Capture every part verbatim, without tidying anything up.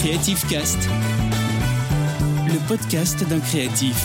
Creative Cast, le podcast d'un créatif.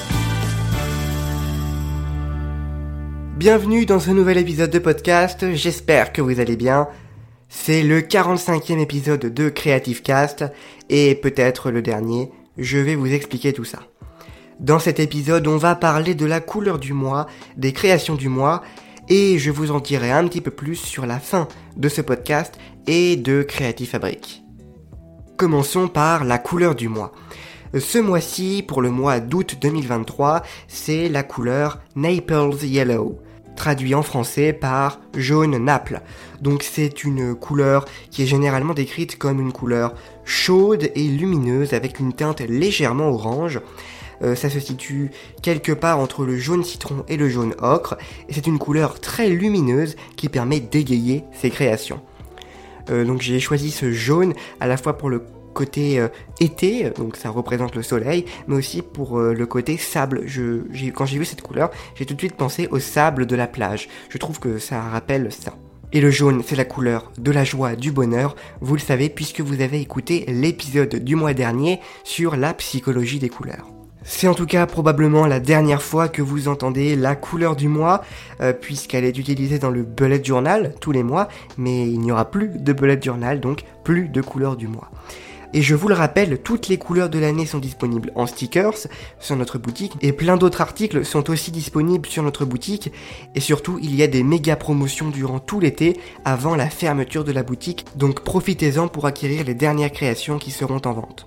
Bienvenue dans ce nouvel épisode de podcast, j'espère que vous allez bien. C'est le quarante-cinquième épisode de Creative Cast, et peut-être le dernier, je vais vous expliquer tout ça. Dans cet épisode, on va parler de la couleur du mois, des créations du mois, et je vous en dirai un petit peu plus sur la fin de ce podcast et de Creative Fabric. Commençons par la couleur du mois. Ce mois-ci, pour le mois d'août deux mille vingt-trois, c'est la couleur Naples Yellow, traduit en français par jaune Naples. Donc c'est une couleur qui est généralement décrite comme une couleur chaude et lumineuse avec une teinte légèrement orange. Euh, ça se situe quelque part entre le jaune citron et le jaune ocre, et c'est une couleur très lumineuse qui permet d'égayer ses créations. Euh, donc j'ai choisi ce jaune à la fois pour le côté euh, été, donc ça représente le soleil, mais aussi pour euh, le côté sable. Je, j'ai, quand j'ai vu cette couleur, j'ai tout de suite pensé au sable de la plage. Je trouve que ça rappelle ça. Et le jaune, c'est la couleur de la joie, du bonheur, vous le savez puisque vous avez écouté l'épisode du mois dernier sur la psychologie des couleurs. C'est en tout cas probablement la dernière fois que vous entendez la couleur du mois, euh, puisqu'elle est utilisée dans le bullet journal tous les mois, mais il n'y aura plus de bullet journal, donc plus de couleur du mois. Et je vous le rappelle, toutes les couleurs de l'année sont disponibles en stickers sur notre boutique, et plein d'autres articles sont aussi disponibles sur notre boutique, et surtout il y a des méga promotions durant tout l'été avant la fermeture de la boutique, donc profitez-en pour acquérir les dernières créations qui seront en vente.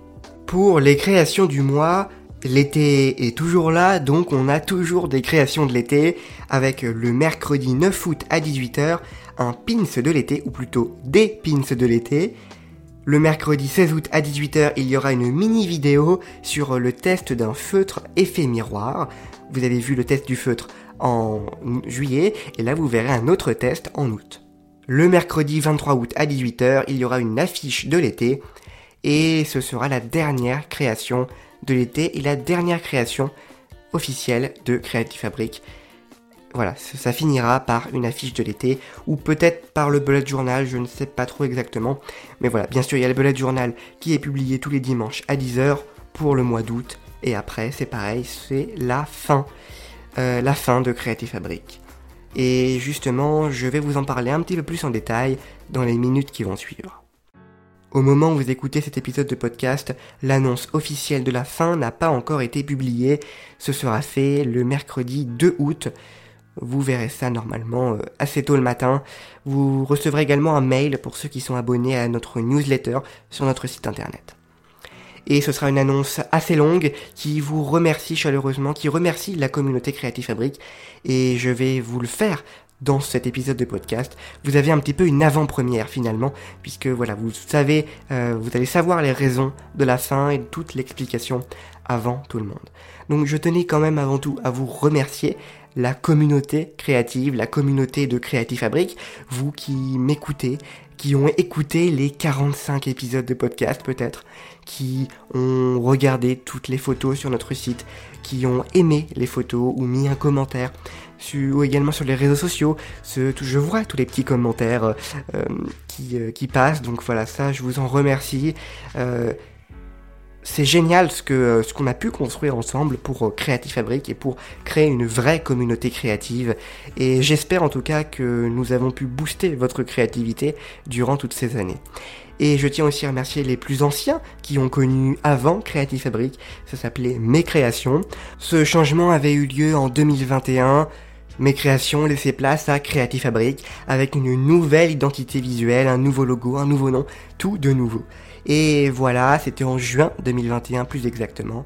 Pour les créations du mois, l'été est toujours là, donc on a toujours des créations de l'été, avec le mercredi neuf août à dix-huit heures, un pins de l'été, ou plutôt des pins de l'été. Le mercredi seize août à dix-huit heures, il y aura une mini vidéo sur le test d'un feutre effet miroir. Vous avez vu le test du feutre en juillet, et là vous verrez un autre test en août. Le mercredi vingt-trois août à dix-huit heures, il y aura une affiche de l'été, et ce sera la dernière création de l'été et la dernière création officielle de Creative Fabric. Voilà, ça finira par une affiche de l'été, ou peut-être par le bullet journal, je ne sais pas trop exactement. Mais voilà, bien sûr, il y a le bullet journal qui est publié tous les dimanches à dix heures pour le mois d'août. Et après, c'est pareil, c'est la fin, euh, la fin de Creative Fabric. Et justement, je vais vous en parler un petit peu plus en détail dans les minutes qui vont suivre. Au moment où vous écoutez cet épisode de podcast, l'annonce officielle de la fin n'a pas encore été publiée. Ce sera fait le mercredi deux août. Vous verrez ça normalement assez tôt le matin. Vous recevrez également un mail pour ceux qui sont abonnés à notre newsletter sur notre site internet. Et ce sera une annonce assez longue qui vous remercie chaleureusement, qui remercie la communauté Creative Fabric. Et je vais vous le faire dans cet épisode de podcast. Vous avez un petit peu une avant-première finalement, puisque voilà, vous savez, euh, vous allez savoir les raisons de la fin et de toute l'explication avant tout le monde. Donc je tenais quand même avant tout à vous remercier, la communauté créative, la communauté de Creative Fabric, vous qui m'écoutez, qui ont écouté les quarante-cinq épisodes de podcast peut-être, qui ont regardé toutes les photos sur notre site, qui ont aimé les photos ou mis un commentaire, sur, ou également sur les réseaux sociaux. Ce, je vois tous les petits commentaires euh, euh, qui, euh, qui passent, donc voilà, ça je vous en remercie. Euh, C'est génial ce que ce qu'on a pu construire ensemble pour Creative Fabric et pour créer une vraie communauté créative. Et j'espère en tout cas que nous avons pu booster votre créativité durant toutes ces années. Et je tiens aussi à remercier les plus anciens qui ont connu avant Creative Fabric. Ça s'appelait Mes Créations. Ce changement avait eu lieu en deux mille vingt et un. Mes Créations laissaient place à Creative Fabric avec une nouvelle identité visuelle, un nouveau logo, un nouveau nom, tout de nouveau. Et voilà, c'était en juin deux mille vingt et un plus exactement.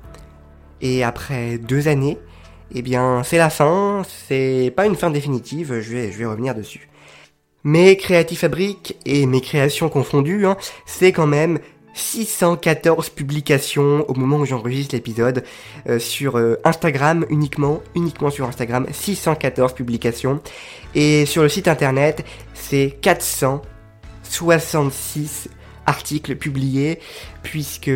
Et après deux années, eh bien c'est la fin, c'est pas une fin définitive, je vais, je vais revenir dessus. Mais Creative Fabric et Mes Créations confondues, hein, c'est quand même six cent quatorze publications au moment où j'enregistre l'épisode, euh, sur euh, Instagram uniquement, uniquement sur Instagram, six cent quatorze publications. Et sur le site internet, c'est quatre cent soixante-six articles publiés, puisque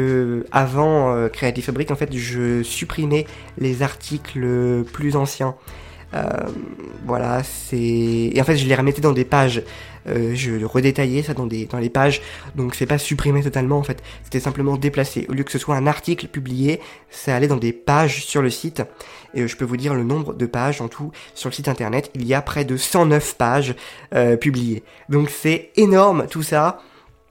avant euh, Creative Fabric, en fait, je supprimais les articles plus anciens. Euh, voilà, c'est... Et en fait, je les remettais dans des pages Euh, je redétaillais ça dans, des, dans les pages, donc c'est pas supprimé totalement en fait, c'était simplement déplacé. Au lieu que ce soit un article publié, ça allait dans des pages sur le site, et je peux vous dire le nombre de pages en tout sur le site internet, il y a près de cent neuf pages euh, publiées. Donc c'est énorme tout ça.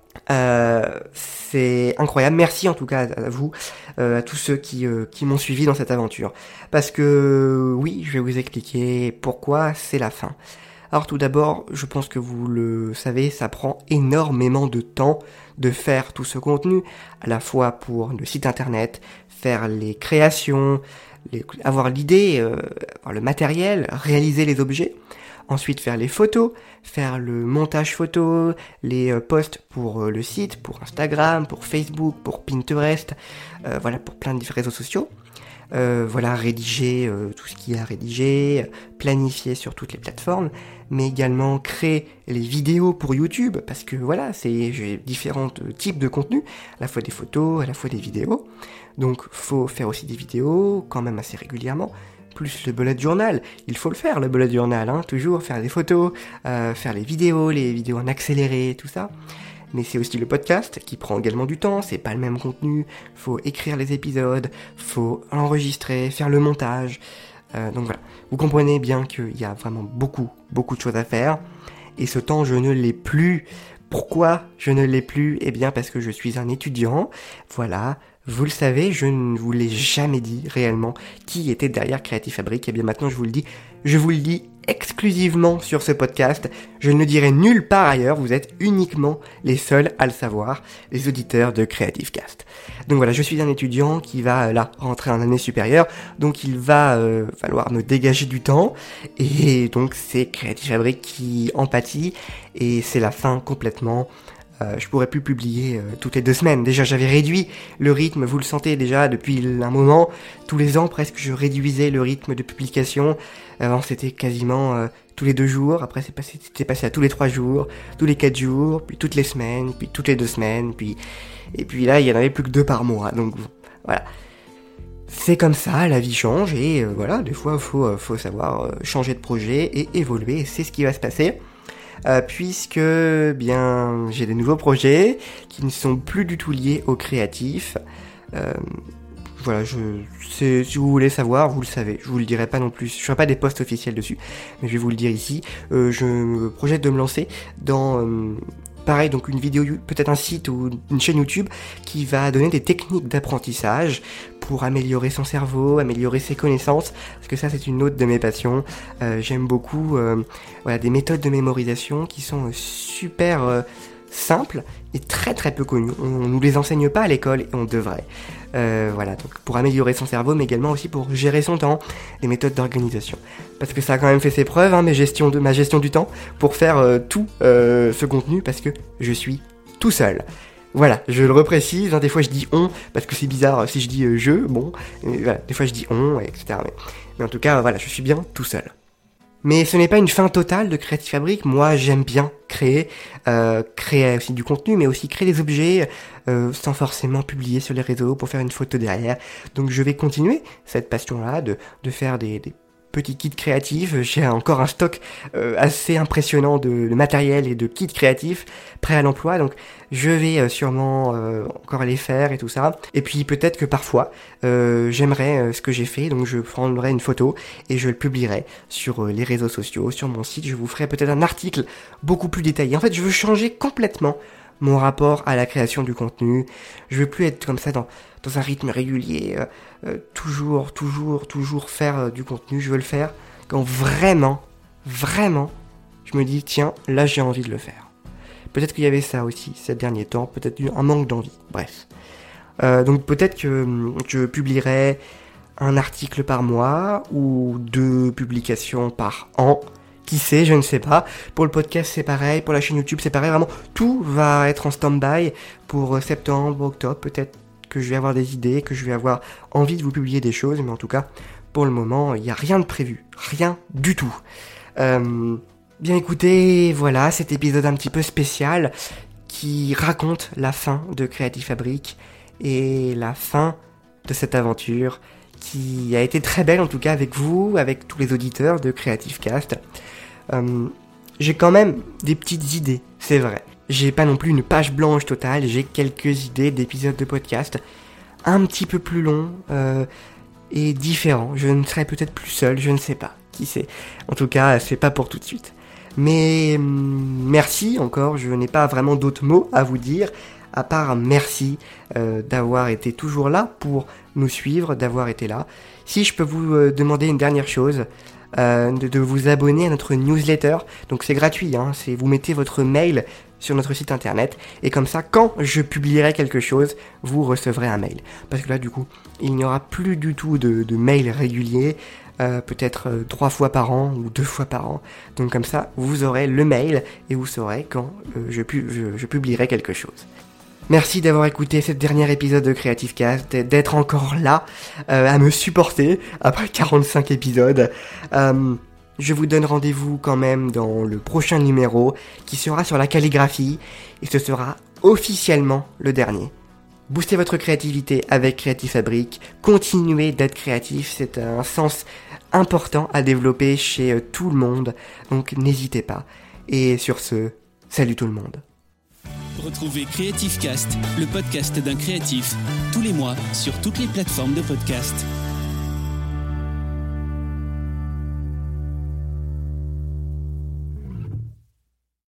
Euh, c'est incroyable. Merci en tout cas à vous, euh, à tous ceux qui, euh, qui m'ont suivi dans cette aventure. Parce que oui, je vais vous expliquer pourquoi c'est la fin. Alors tout d'abord, je pense que vous le savez, ça prend énormément de temps de faire tout ce contenu, à la fois pour le site internet, faire les créations, les, avoir l'idée, euh, avoir le matériel, réaliser les objets. Ensuite faire les photos, faire le montage photo, les euh, posts pour euh, le site, pour Instagram, pour Facebook, pour Pinterest, euh, voilà, pour plein de réseaux sociaux. Euh, voilà, rédiger euh, tout ce qu'il y a à rédiger, planifier sur toutes les plateformes, mais également créer les vidéos pour YouTube, parce que voilà, c'est, j'ai différents types de contenus, à la fois des photos, à la fois des vidéos. Donc faut faire aussi des vidéos, quand même assez régulièrement, plus le bullet journal, il faut le faire le bullet journal, hein, toujours faire des photos, euh, faire les vidéos, les vidéos en accéléré, tout ça. Mais c'est aussi le podcast qui prend également du temps, c'est pas le même contenu, faut écrire les épisodes, faut l'enregistrer, faire le montage. Euh, donc voilà, vous comprenez bien qu'il y a vraiment beaucoup, beaucoup de choses à faire. Et ce temps, je ne l'ai plus. Pourquoi je ne l'ai plus ? Eh bien parce que je suis un étudiant, voilà. Vous le savez, je ne vous l'ai jamais dit réellement qui était derrière Creative Fabric. Et bien maintenant je vous le dis, je vous le dis exclusivement sur ce podcast. Je ne le dirai nulle part ailleurs, vous êtes uniquement les seuls à le savoir, les auditeurs de Creative Cast. Donc voilà, je suis un étudiant qui va là rentrer en année supérieure, donc il va euh, falloir me dégager du temps. Et donc c'est Creative Fabric qui en pâtit et c'est la fin complètement. Euh, je pourrais plus publier euh, toutes les deux semaines. Déjà, j'avais réduit le rythme, vous le sentez déjà depuis un moment. Tous les ans, presque, je réduisais le rythme de publication. Avant, c'était quasiment euh, tous les deux jours. Après, c'est passé, c'était passé à tous les trois jours, tous les quatre jours, puis toutes les semaines, puis toutes les deux semaines, puis et puis là, il y en avait plus que deux par mois. Donc voilà. C'est comme ça, la vie change et euh, voilà, des fois, faut euh, faut savoir euh, changer de projet et évoluer. Et c'est ce qui va se passer. Euh, puisque bien j'ai des nouveaux projets qui ne sont plus du tout liés au créatif. Euh, voilà, je, c'est, si vous voulez savoir, vous le savez. Je vous le dirai pas non plus. Je ferai pas des posts officiels dessus, mais je vais vous le dire ici. Euh, je me projette de me lancer dans euh, pareil, donc une vidéo, peut-être un site ou une chaîne YouTube qui va donner des techniques d'apprentissage pour améliorer son cerveau, améliorer ses connaissances, parce que ça c'est une autre de mes passions. Euh, j'aime beaucoup euh, voilà, des méthodes de mémorisation qui sont euh, super euh, simples et très très peu connues. On, on nous les enseigne pas à l'école et on devrait. Euh, voilà, donc pour améliorer son cerveau, mais également aussi pour gérer son temps, des méthodes d'organisation. Parce que ça a quand même fait ses preuves, hein, mes gestions de, ma gestion du temps, pour faire euh, tout euh, ce contenu, parce que je suis tout seul. Voilà, je le reprécise, hein, des fois je dis on, parce que c'est bizarre si je dis euh, je, bon, et voilà, des fois je dis on, et cetera. Mais, mais en tout cas, voilà, je suis bien tout seul. Mais ce n'est pas une fin totale de Creative Fabric, moi j'aime bien créer, euh, créer aussi du contenu, mais aussi créer des objets euh, sans forcément publier sur les réseaux pour faire une photo derrière. Donc je vais continuer cette passion-là de, de faire des, des petits kits créatifs. J'ai encore un stock euh, assez impressionnant de, de matériel et de kits créatifs prêts à l'emploi, donc je vais euh, sûrement euh, encore les faire et tout ça. Et puis peut-être que parfois euh, j'aimerais euh, ce que j'ai fait, donc je prendrai une photo et je le publierai sur euh, les réseaux sociaux, sur mon site. Je vous ferai peut-être un article beaucoup plus détaillé. En fait, je veux changer complètement mon rapport à la création du contenu. Je veux plus être comme ça dans dans un rythme régulier, euh, euh, toujours, toujours, toujours faire euh, du contenu. Je veux le faire quand vraiment, vraiment, je me dis tiens, là j'ai envie de le faire. Peut-être qu'il y avait ça aussi ces derniers temps, peut-être un manque d'envie. Bref, euh, donc peut-être que je publierai un article par mois ou deux publications par an. Qui sait, je ne sais pas. Pour le podcast, c'est pareil. Pour la chaîne YouTube, c'est pareil. Vraiment, tout va être en stand-by pour septembre, octobre. Peut-être que je vais avoir des idées, que je vais avoir envie de vous publier des choses. Mais en tout cas, pour le moment, il n'y a rien de prévu. Rien du tout. Euh, bien écoutez, voilà, cet épisode un petit peu spécial qui raconte la fin de Creative Fabric et la fin de cette aventure qui a été très belle en tout cas avec vous, avec tous les auditeurs de Creative Cast. Euh, j'ai quand même des petites idées, c'est vrai. J'ai pas non plus une page blanche totale, j'ai quelques idées d'épisodes de podcast un petit peu plus longs euh, et différents. Je ne serai peut-être plus seul, je ne sais pas, qui sait. En tout cas, c'est pas pour tout de suite. Mais hum, merci encore, je n'ai pas vraiment d'autres mots à vous dire, à part merci euh, d'avoir été toujours là pour nous suivre, d'avoir été là. Si je peux vous euh, demander une dernière chose, euh, de, de vous abonner à notre newsletter, donc c'est gratuit, hein, c'est, vous mettez votre mail sur notre site internet, et comme ça, quand je publierai quelque chose, vous recevrez un mail. Parce que là, du coup, il n'y aura plus du tout de, de mails réguliers, euh, peut-être euh, trois fois par an, ou deux fois par an. Donc comme ça, vous aurez le mail, et vous saurez quand euh, je, pu- je, je publierai quelque chose. Merci d'avoir écouté ce dernier épisode de Creative Cast, d'être encore là, euh, à me supporter, après quarante-cinq épisodes. Euh, Je vous donne rendez-vous quand même dans le prochain numéro qui sera sur la calligraphie et ce sera officiellement le dernier. Boostez votre créativité avec Creative Fabric, continuez d'être créatif, c'est un sens important à développer chez tout le monde, donc n'hésitez pas. Et sur ce, salut tout le monde. Retrouvez Creative Cast, le podcast d'un créatif, tous les mois sur toutes les plateformes de podcast.